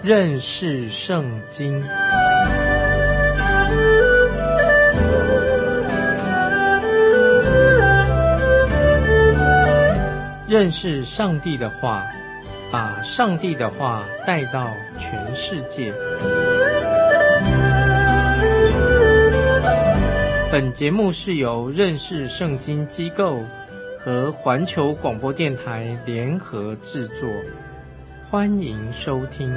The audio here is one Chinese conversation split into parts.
认识圣经。认识上帝的话，把上帝的话带到全世界。本节目是由认识圣经机构和环球广播电台联合制作，欢迎收听。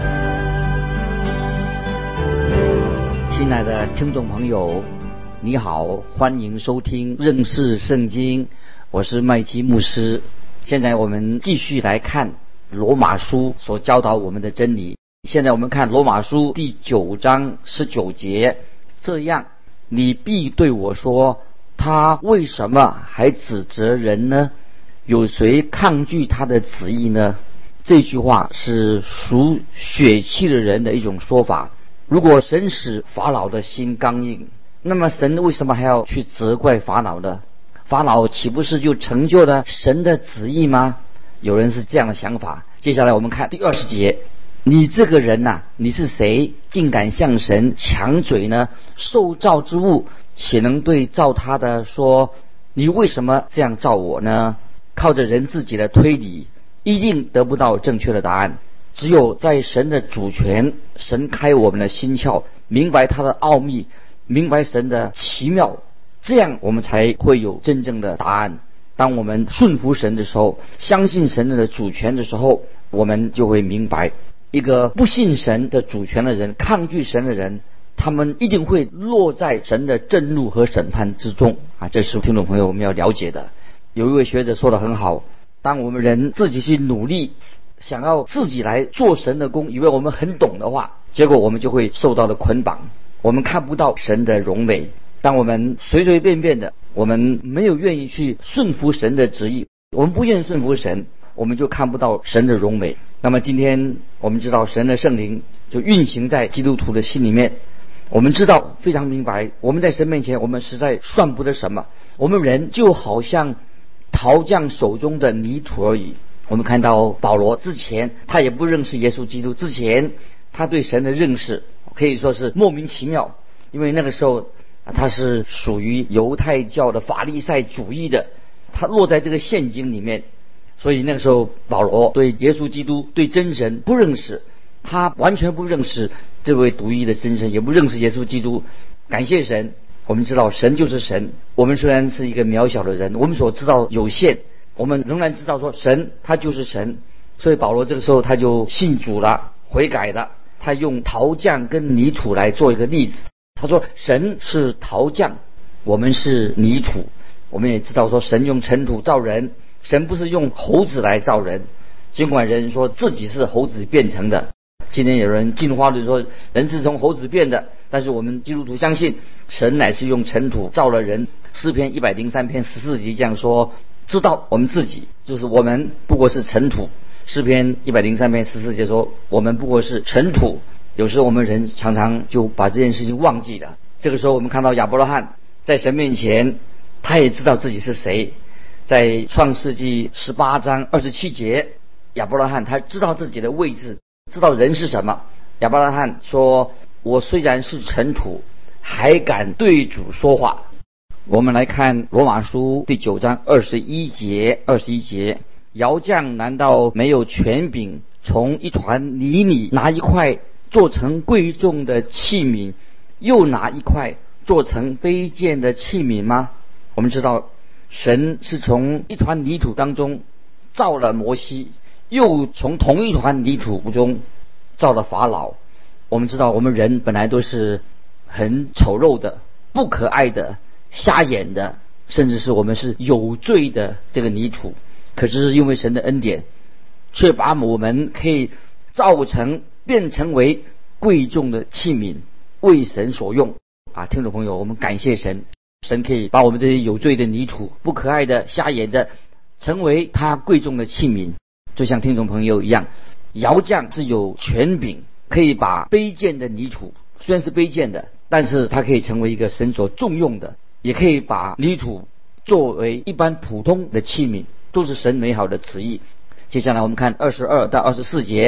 亲爱的听众朋友，你好，欢迎收听认识圣经，我是麦基牧师。现在我们继续来看罗马书所教导我们的真理。现在我们看罗马书第9章19节，这样你必对我说，他为什么还指责人呢？有谁抗拒他的旨意呢？这句话是属血气的人的一种说法。如果神使法老的心刚硬，那么神为什么还要去责怪法老呢？法老岂不是就成就了神的旨意吗？有人是这样的想法。接下来我们看第20节，你这个人啊，你是谁，竟敢向神抢嘴呢？受造之物岂能对造他的说，你为什么这样造我呢？靠着人自己的推理，一定得不到正确的答案。只有在神的主权，神开我们的心窍，明白他的奥秘，明白神的奇妙，这样我们才会有真正的答案。当我们顺服神的时候，相信神的主权的时候，我们就会明白，一个不信神的主权的人，抗拒神的人，他们一定会落在神的震怒和审判之中啊！这是听众朋友我们要了解的。有一位学者说得很好，当我们人自己去努力，想要自己来做神的工，以为我们很懂的话，结果我们就会受到的捆绑，我们看不到神的荣美。当我们随随便便的，我们没有愿意去顺服神的旨意，我们不愿意顺服神，我们就看不到神的荣美。那么今天我们知道神的圣灵就运行在基督徒的心里面，我们知道非常明白，我们在神面前我们实在算不得什么，我们人就好像陶匠手中的泥土而已。我们看到保罗之前他也不认识耶稣基督，之前他对神的认识可以说是莫名其妙，因为那个时候他是属于犹太教的法利赛主义的，他落在这个陷阱里面，所以那个时候保罗对耶稣基督对真神不认识，他完全不认识这位独一的真神，也不认识耶稣基督。感谢神，我们知道神就是神，我们虽然是一个渺小的人，我们所知道有限，我们仍然知道说神他就是神。所以保罗这个时候他就信主了，悔改了，他用陶匠跟泥土来做一个例子。他说神是陶匠，我们是泥土。我们也知道说神用尘土造人，神不是用猴子来造人，尽管人说自己是猴子变成的。今天有人进化论说人是从猴子变的，但是我们基督徒相信神乃是用尘土造了人。诗篇103篇14节这样说，知道我们自己就是我们不过是尘土。诗篇103篇14节说我们不过是尘土。有时候我们人常常就把这件事情忘记了。这个时候我们看到亚伯拉罕在神面前，他也知道自己是谁。在创世纪18章27节，亚伯拉罕他知道自己的位置，知道人是什么。亚伯拉罕说，我虽然是尘土，还敢对主说话。我们来看罗马书第9章21节，窑匠难道没有权柄从一团泥里拿一块做成贵重的器皿，又拿一块做成卑贱的器皿吗？我们知道神是从一团泥土当中造了摩西，又从同一团泥土中造了法老。我们知道我们人本来都是很丑陋的，不可爱的，瞎眼的，甚至是我们是有罪的这个泥土。可是因为神的恩典，却把我们可以造成变成为贵重的器皿，为神所用啊！听众朋友，我们感谢神，神可以把我们这些有罪的泥土、不可爱的、瞎眼的，成为他贵重的器皿。就像听众朋友一样，窑匠是有权柄，可以把卑贱的泥土，虽然是卑贱的，但是它可以成为一个神所重用的，也可以把泥土作为一般普通的器皿，都是神美好的旨意。接下来我们看22到24节，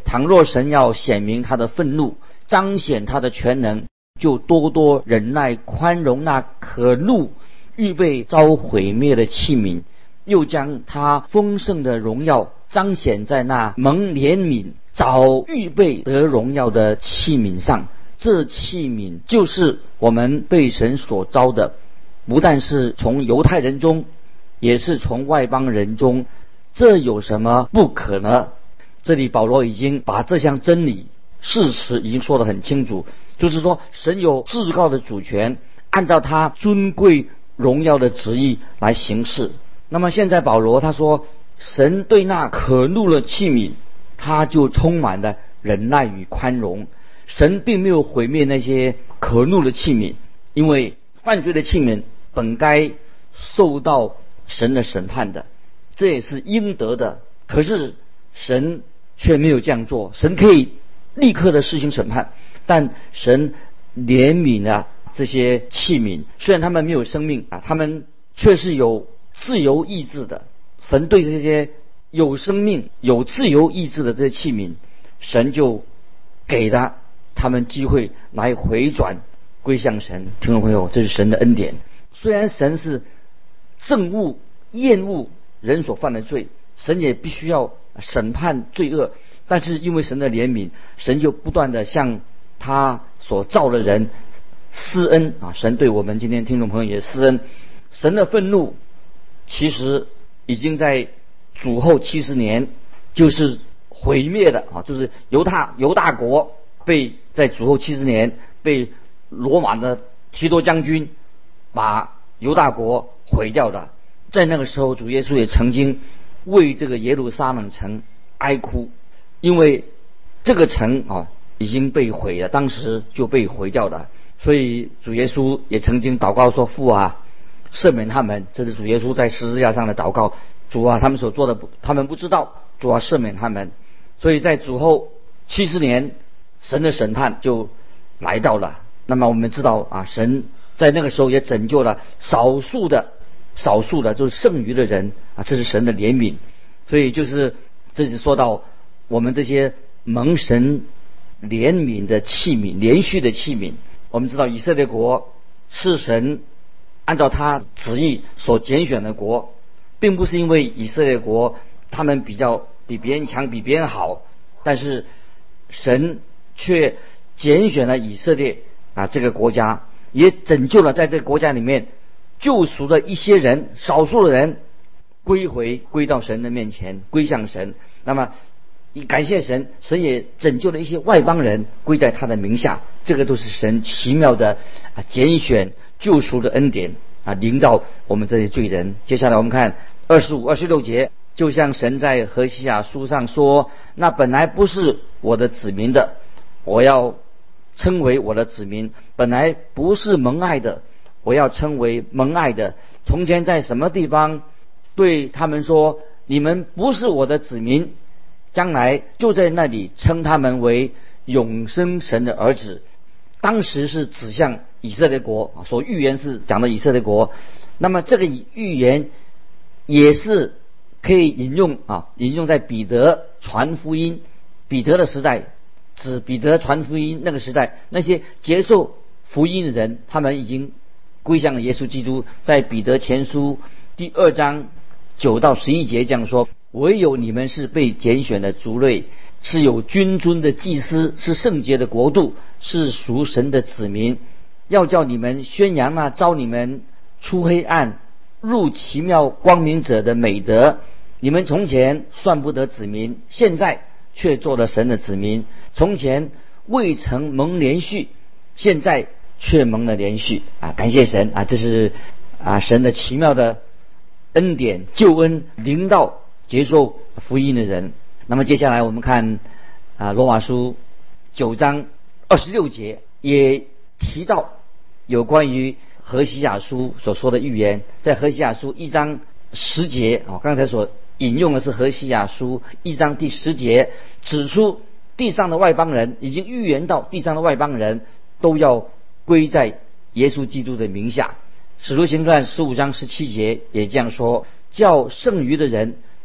倘若神要显明他的愤怒，彰显他的全能，就多多忍耐宽容那可怒预备遭毁灭的器皿，又将他丰盛的荣耀彰显在那蒙怜悯早预备得荣耀的器皿上。这器皿就是我们被神所召的，不但是从犹太人中，也是从外邦人中。这有什么不可呢？这里保罗已经把这项真理事实已经说得很清楚，就是说神有至高的主权，按照他尊贵荣耀的旨意来行事。那么现在保罗他说，神对那可怒的器皿，他就充满了忍耐与宽容。神并没有毁灭那些可怒的器皿，因为犯罪的器皿本该受到神的审判的，这也是应得的。可是神却没有这样做，神可以立刻的施行审判，但神怜悯了这些器皿，虽然他们没有生命他们却是有自由意志的。神对这些有生命有自由意志的这些器皿，神就给了他们机会来回转归向神。听众朋友，这是神的恩典。虽然神是憎恶厌恶人所犯的罪，神也必须要审判罪恶，但是因为神的怜悯，神就不断的向他所造的人施恩神对我们今天听众朋友也施恩。神的愤怒其实已经在主后70年就是毁灭的就是犹大国被在主后70年被罗马的提多将军把犹大国毁掉的。在那个时候，主耶稣也曾经为这个耶路撒冷城哀哭，因为这个城已经被毁了，当时就被毁掉了。所以主耶稣也曾经祷告说，父啊，赦免他们。这是主耶稣在十字架上的祷告，主啊，他们所做的他们不知道，主啊，赦免他们。所以在主后70年，神的审判就来到了。那么我们知道神在那个时候也拯救了少数的就是剩余的人这是神的怜悯。所以这是说到我们这些蒙神怜悯的器皿，连续的器皿。我们知道以色列国是神按照他旨意所拣选的国，并不是因为以色列国他们比别人强，比别人好，但是神却拣选了以色列这个国家，也拯救了在这个国家里面救赎的一些人，少数的人归到神的面前，归向神。那么感谢神，神也拯救了一些外邦人归在他的名下。这个都是神奇妙的拣选救赎的恩典临到我们这些罪人。接下来我们看25、26节，就像神在何西阿书上说，那本来不是我的子民的，我要称为我的子民；本来不是蒙爱的，我要称为蒙爱的。从前在什么地方对他们说，你们不是我的子民，将来就在那里称他们为永生神的儿子。当时是指向以色列国所预言是讲的以色列国。那么这个预言也是可以引用在彼得传福音，彼得的时代，指彼得传福音那个时代，那些接受福音的人，他们已经归向了耶稣基督。在彼得前书第2章9到11节这样说，唯有你们是被拣选的族类，是有君尊的祭司，是圣洁的国度，是属神的子民，要叫你们宣扬那召你们出黑暗入奇妙光明者的美德。你们从前算不得子民，现在却做了神的子民；从前未曾蒙连续，现在却蒙了连续感谢神这是神的奇妙的恩典救恩临到接受福音的人。那么接下来我们看罗马书9章26节，也提到有关于何西阿书所说的预言。在何西阿书1章10节刚才所引用的是何西阿书1章第10节，指出地上的外邦人，已经预言到地上的外邦人都要归在耶稣基督的名下。使徒行传15章17节也这样说，叫剩余的人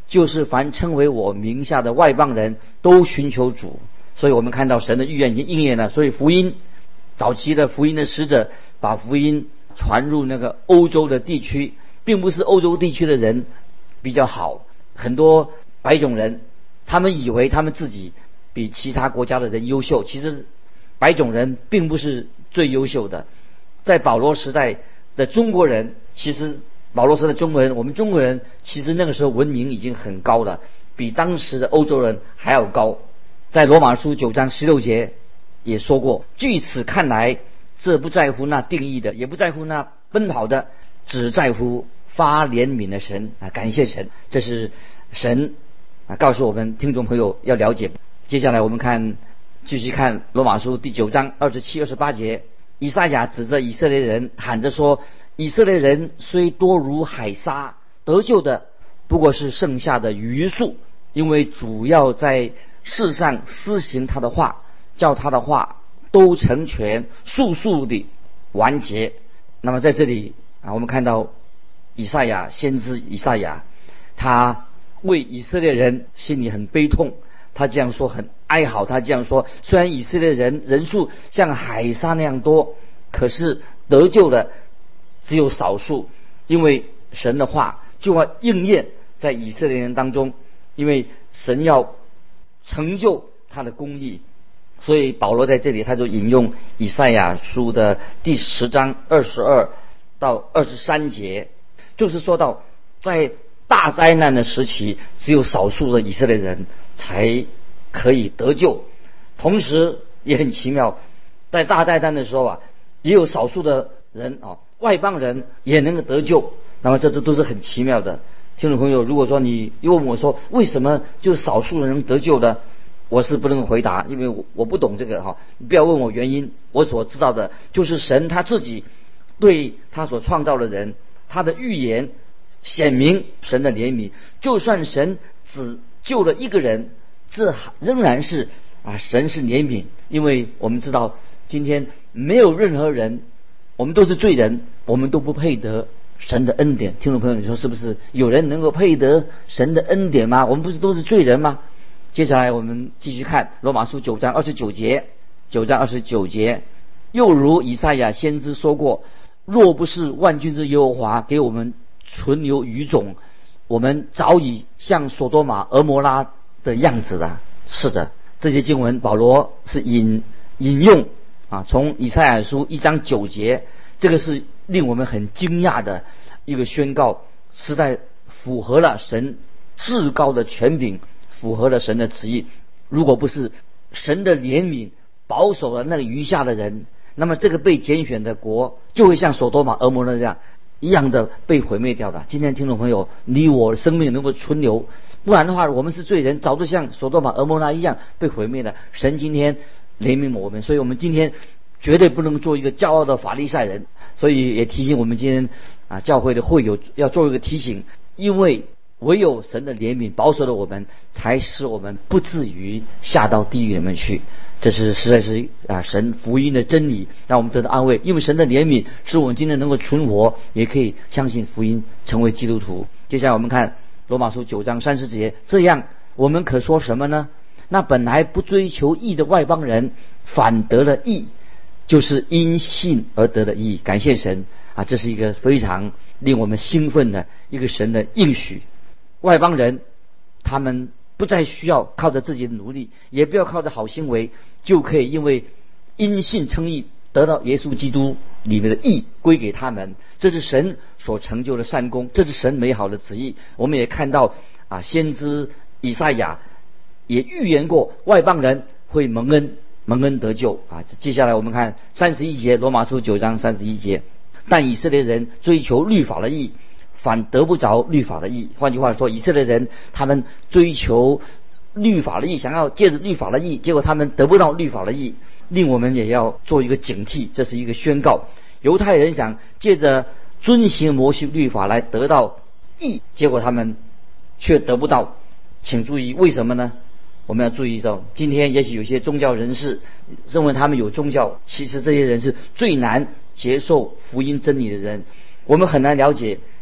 就是凡称为我名下的外邦人都寻求主。所以我们看到神的预言已经应验了。所以福音，早期的福音的使者把福音传入那个欧洲的地区，并不是欧洲地区的人比较好，很多白种人他们以为他们自己比其他国家的人优秀，其实白种人并不是最优秀的。在保罗时代的中国人，其实保罗时代的中国人，我们中国人其实那个时候文明已经很高了，比当时的欧洲人还要高。在罗马书9章16节也说过，据此看来，这不在乎那定义的，也不在乎那奔跑的，只在乎发怜悯的神啊！感谢神，这是神告诉我们听众朋友要了解。接下来我们继续看罗马书第9章27、28节，以赛亚指着以色列人喊着说：以色列人虽多如海沙，得救的不过是剩下的余数，因为主要在世上施行他的话，叫他的话都成全，速速地完结。那么在这里我们看到以赛亚先知以赛亚，他为以色列人心里很悲痛，他这样说很哀嚎，他这样说：虽然以色列人人数像海沙那样多，可是得救的只有少数，因为神的话就要应验在以色列人当中，因为神要成就他的公义。所以保罗在这里他就引用以赛亚书的第10章22到23节，就是说到在大灾难的时期，只有少数的以色列人才可以得救。同时也很奇妙，在大灾难的时候也有少数的人外邦人也能够得救。那么这都是很奇妙的。听众朋友，如果说你又问我说为什么就少数人能得救的，我是不能回答，因为我不懂这个你不要问我原因。我所知道的就是神他自己对他所创造的人，他的预言显明神的怜悯。就算神只救了一个人，这仍然是神是怜悯。因为我们知道今天没有任何人，我们都是罪人，我们都不配得神的恩典。听众朋友，你说是不是？有人能够配得神的恩典吗？我们不是都是罪人吗？接下来我们继续看罗马书9章29节。9章29节，又如以赛亚先知说过：若不是万军之耶和华给我们存留余种，我们早已像所多玛、俄摩拉的样子了。是的，这些经文保罗是引用从以赛亚书1章9节，这个是令我们很惊讶的一个宣告，实在符合了神至高的权柄，符合了神的旨意。如果不是神的怜悯保守了那个余下的人，那么这个被拣选的国就会像所多玛、俄摩拉这样一样的被毁灭掉的。今天听众朋友，你我生命能够存留，不然的话我们是罪人，早就像所多玛、俄摩拉一样被毁灭了。神今天怜悯我们，所以我们今天绝对不能做一个骄傲的法利赛人。所以也提醒我们今天教会的会友要做一个提醒，因为唯有神的怜悯保守了我们，才使我们不至于下到地狱里面去。这是实在是神福音的真理，让我们得到安慰。因为神的怜悯使我们今天能够存活，也可以相信福音，成为基督徒。接下来我们看罗马书9章30节，这样我们可说什么呢？那本来不追求义的外邦人反得了义，就是因信而得的义。感谢神这是一个非常令我们兴奋的一个神的应许。外邦人他们不再需要靠着自己的努力，也不要靠着好行为，就可以因为因信称义，得到耶稣基督里面的义归给他们。这是神所成就的善功，这是神美好的旨意。我们也看到先知以赛亚也预言过外邦人会蒙恩得救接下来我们看31节，罗马书9章31节，但以色列人追求律法的义，反得不着律法的义。换句话说，以色列人他们追求律法的义，想要借着律法的义，结果他们得不到律法的义，令我们也要做一个警惕。这是一个宣告。犹太人想借着遵行摩西律法来得到义，结果他们却得不到。请注意为什么呢？我们要注意到，今天也许有些宗教人士认为他们有宗教，其实这些人是最难接受福音真理的人。我们很难了解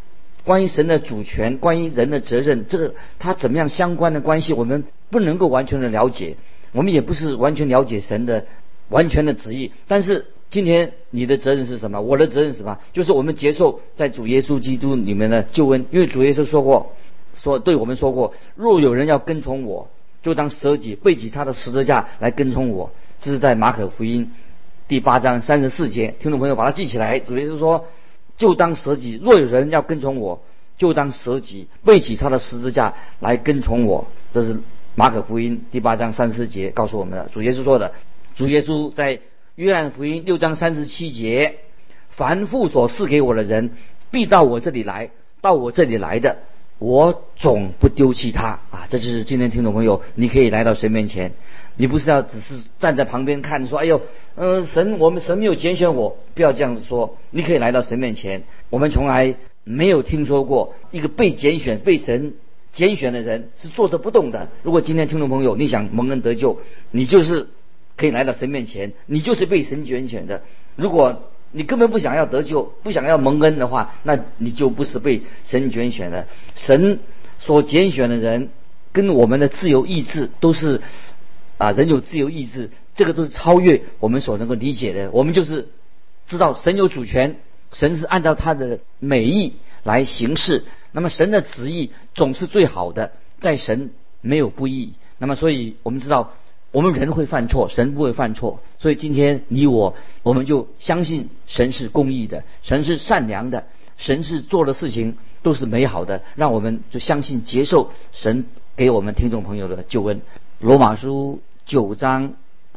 关于神的主权，关于人的责任，这个它怎么样相关的关系，我们不能够完全的了解，我们也不是完全了解神的完全的旨意。但是今天你的责任是什么？我的责任是什么？就是我们接受在主耶稣基督里面的救恩。因为主耶稣对我们说过，若有人要跟从我，就当舍己，背起他的十字架来跟从我。这是在马可福音第8章34节，听众朋友把它记起来。主耶稣说，就当舍己，若有人要跟从我，就当舍己，背起他的十字架来跟从我。这是马可福音第8章34节告诉我们的，主耶稣说的。主耶稣在约翰福音6章37节，凡父所赐给我的人，必到我这里来，到我这里来的，我总不丢弃他啊！这就是今天听众朋友，你可以来到神面前，你不是要只是站在旁边看，说哎呦，我们神没有拣选我，不要这样子说。你可以来到神面前。我们从来没有听说过一个被神拣选的人是坐着不动的。如果今天听众朋友你想蒙恩得救，你就是可以来到神面前，你就是被神拣选的。如果你根本不想要得救，不想要蒙恩的话，那你就不是被神拣选的。神所拣选的人跟我们的自由意志都是人有自由意志，这个都是超越我们所能够理解的。我们就是知道神有主权，神是按照他的美意来行事，那么神的旨意总是最好的，在神没有不义。那么所以我们知道我们人会犯错，神不会犯错。所以今天你我们就相信神是公义的，神是善良的，神是做的事情都是美好的，让我们就相信接受神给我们听众朋友的救恩。罗马书9章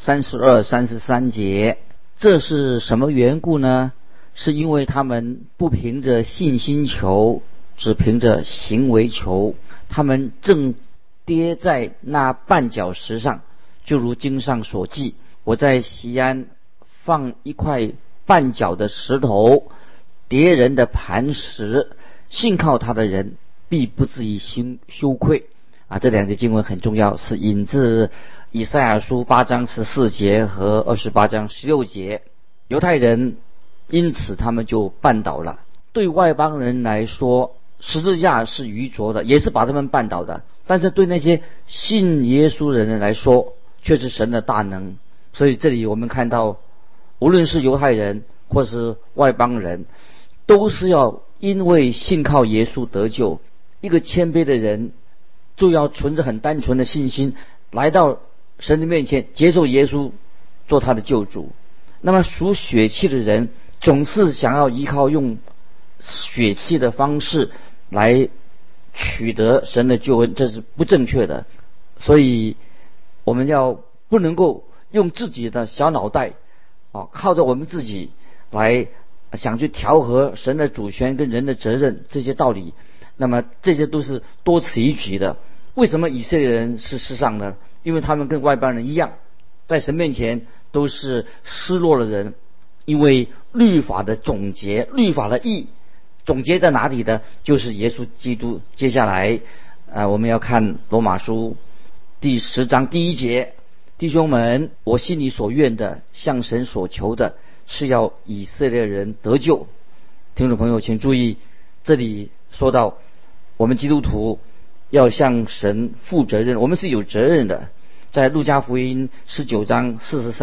32、33节，这是什么缘故呢？是因为他们不凭着信心求，只凭着行为求，他们正跌在那绊脚石上，就如经上所记，我在西安放一块绊脚的石头，跌人的磐石，信靠他的人必不至于羞愧。这两节经文很重要，是引自以赛亚书8章14节和28章16节。犹太人因此他们就绊倒了。对外邦人来说，十字架是愚拙的，也是把他们绊倒的，但是对那些信耶稣的人来说，却是神的大能。所以这里我们看到，无论是犹太人或是外邦人，都是要因为信靠耶稣得救。一个谦卑的人就要存着很单纯的信心来到神的面前，接受耶稣做他的救主。那么属血气的人总是想要依靠用血气的方式来取得神的救恩，这是不正确的。所以我们不能够用自己的小脑袋靠着我们自己来想去调和神的主权跟人的责任这些道理，那么这些都是多此一举的。为什么以色列人是世上呢？因为他们跟外邦人一样，在神面前都是失落的人。因为律法的总结，律法的义总结在哪里的？就是耶稣基督。接下来我们要看罗马书第10章第1节，弟兄们，我心里所愿的，向神所求的，是要以色列人得救。听众朋友请注意，这里说到我们基督徒要向神负责任，我们是有责任的。在路加福音19章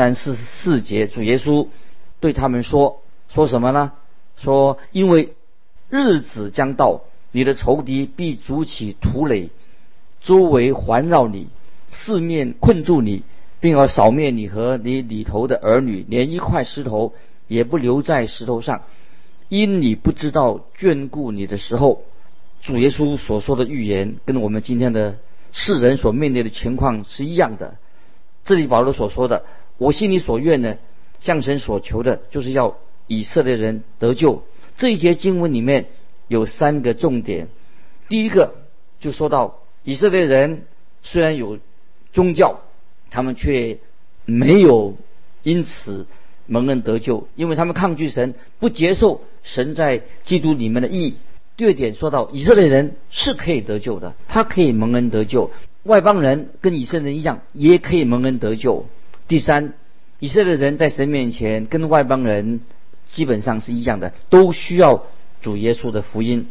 43、44节，主耶稣对他们说什么呢？说因为日子将到，你的仇敌必筑起土垒，周围环绕你，四面困住你，并要扫灭你和你里头的儿女，连一块石头也不留在石头上，因你不知道眷顾你的时候。主耶稣所说的预言跟我们今天的世人所面对的情况是一样的。这里保罗所说的，我心里所愿的，向神所求的，就是要以色列人得救。这一节经文里面有3个重点。第一个就说到以色列人虽然有宗教，他们却没有因此蒙恩得救，因为他们抗拒神，不接受神在基督里面的义。第二点说到以色列人是可以得救的，他可以蒙恩得救，外邦人跟以色列人一样也可以蒙恩得救。第三，以色列人在神面前跟外邦人基本上是一样的，都需要主耶稣的福音。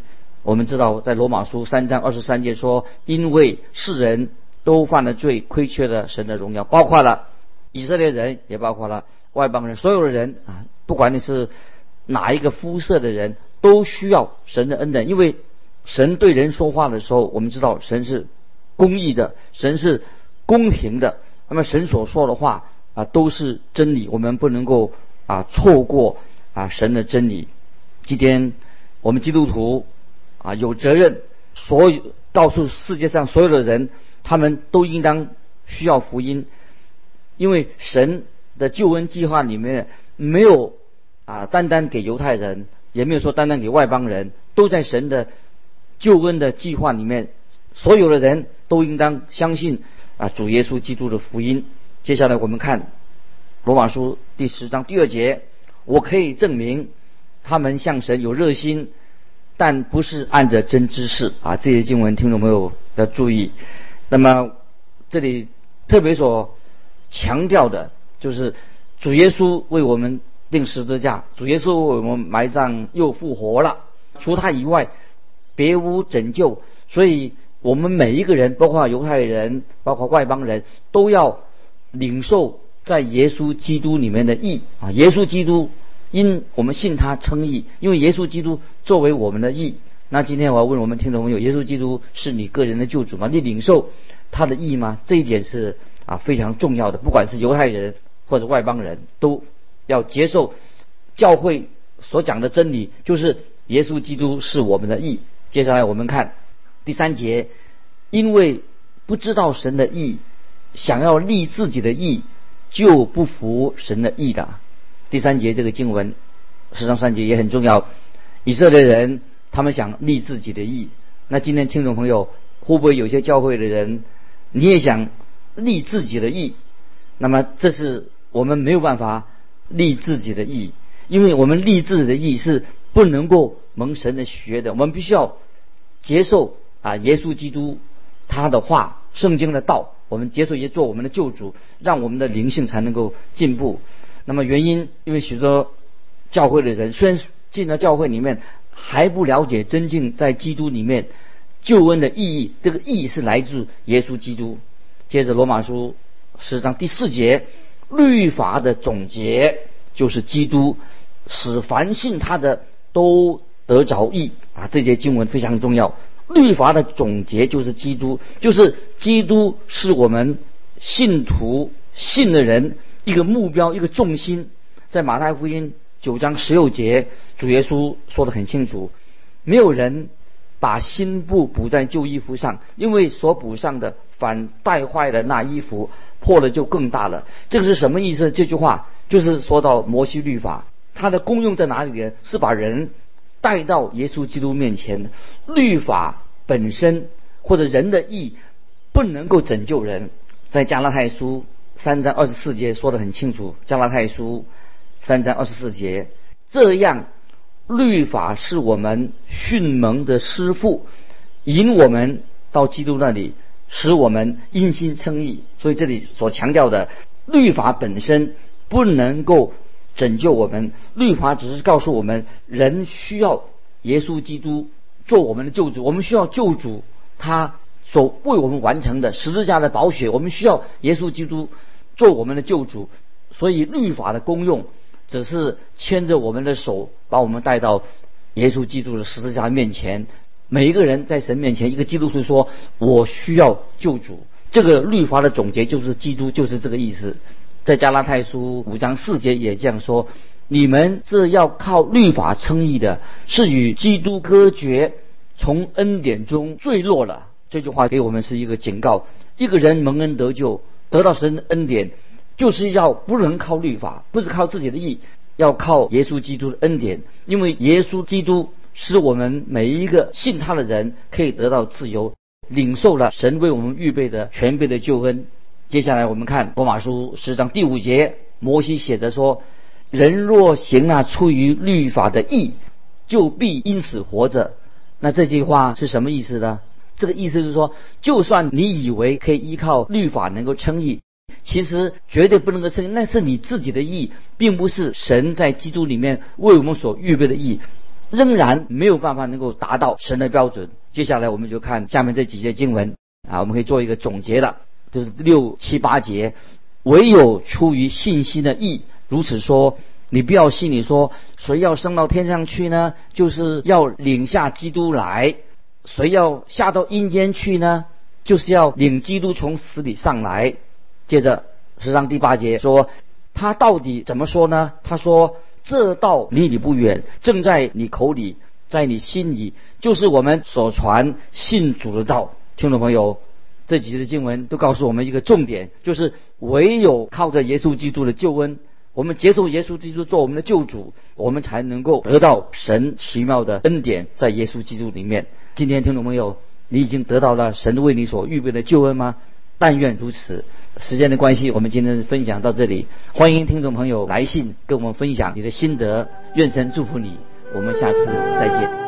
我们知道在罗马书3章23节说，因为世人都犯了罪，亏缺了神的荣耀，包括了以色列人，也包括了外邦人，所有的人啊，不管你是哪一个肤色的人，都需要神的恩典。因为神对人说话的时候，我们知道神是公义的，神是公平的，那么神所说的话都是真理，我们不能够错过神的真理。今天我们基督徒有责任告诉世界上所有的人，他们都应当需要福音，因为神的救恩计划里面没有单单给犹太人，也没有说单单给外邦人，都在神的救恩的计划里面，所有的人都应当相信主耶稣基督的福音。接下来我们看罗马书第10章第2节，我可以证明他们向神有热心，但不是按着真知识这些经文听众朋友要注意。那么这里特别所强调的就是主耶稣为我们钉十字架，主耶稣为我们埋葬又复活了，除他以外别无拯救。所以我们每一个人，包括犹太人，包括外邦人，都要领受在耶稣基督里面的义耶稣基督因我们信他称义，因为耶稣基督作为我们的义。那今天我要问我们听众朋友，耶稣基督是你个人的救主吗？你领受他的义吗？这一点是非常重要的，不管是犹太人或者外邦人，都要接受教会所讲的真理，就是耶稣基督是我们的义。接下来我们看第3节，因为不知道神的义，想要立自己的义，就不服神的义的。第3节这个经文10章3节也很重要，以色列人他们想立自己的义。那今天听众朋友，会不会有些教会的人你也想立自己的义？那么这是我们没有办法立自己的义，因为我们立自己的义是不能够蒙神的喜悦的。我们必须要接受耶稣基督他的话，圣经的道，我们接受也做我们的救主，让我们的灵性才能够进步。那么原因，因为许多教会的人虽然进了教会里面，还不了解真正在基督里面救恩的意义，这个意义是来自耶稣基督。接着罗马书10章第4节，律法的总结就是基督，使凡信他的都得着义这节经文非常重要。律法的总结就是基督，就是基督是我们信徒信的人一个目标，一个重心。在马太福音9章16节，主耶稣说得很清楚，没有人把新布补在旧衣服上，因为所补上的反带坏了那衣服，破了就更大了。这个是什么意思？这句话就是说到摩西律法，它的功用在哪里呢？是把人带到耶稣基督面前的。律法本身或者人的义不能够拯救人。在加拉太书3章24节说得很清楚，加拉太书3章24节，这样律法是我们训蒙的师傅，引我们到基督那里，使我们因信称义。所以这里所强调的，律法本身不能够拯救我们，律法只是告诉我们人需要耶稣基督做我们的救主，我们需要救主他所为我们完成的十字架的宝血，我们需要耶稣基督做我们的救主。所以律法的功用只是牵着我们的手，把我们带到耶稣基督的十字架面前。每一个人在神面前，一个基督徒说我需要救主，这个律法的总结就是基督，就是这个意思。在加拉太书5章4节也这样说，你们这要靠律法称义的，是与基督隔绝，从恩典中坠落了。这句话给我们是一个警告，一个人蒙恩得救，得到神的恩典，就是要不能靠律法，不是靠自己的义，要靠耶稣基督的恩典。因为耶稣基督使我们每一个信他的人可以得到自由，领受了神为我们预备的全备的救恩。接下来我们看罗马书10章第5节，摩西写着说，人若行出于律法的义，就必因此活着。那这句话是什么意思呢？这个意思是说，就算你以为可以依靠律法能够称义，其实绝对不能够称义，那是你自己的义，并不是神在基督里面为我们所预备的义。 仍然没有办法能够达到神的标准。接下来我们就看下面这几节经文我们可以做一个总结的，就是6、7、8节。唯有出于信心的义，如此说，你不要心里说，谁要升到天上去呢？就是要领下基督来。谁要下到阴间去呢？就是要领基督从死里上来。接着10章第8节说，他到底怎么说呢？他说，这道离你不远，正在你口里，在你心里，就是我们所传信主的道。听众朋友，这几节的经文都告诉我们一个重点，就是唯有靠着耶稣基督的救恩，我们接受耶稣基督做我们的救主，我们才能够得到神奇妙的恩典，在耶稣基督里面。今天听众朋友，你已经得到了神为你所预备的救恩吗？但愿如此。时间的关系，我们今天的分享到这里，欢迎听众朋友来信跟我们分享你的心得，愿神祝福你，我们下次再见。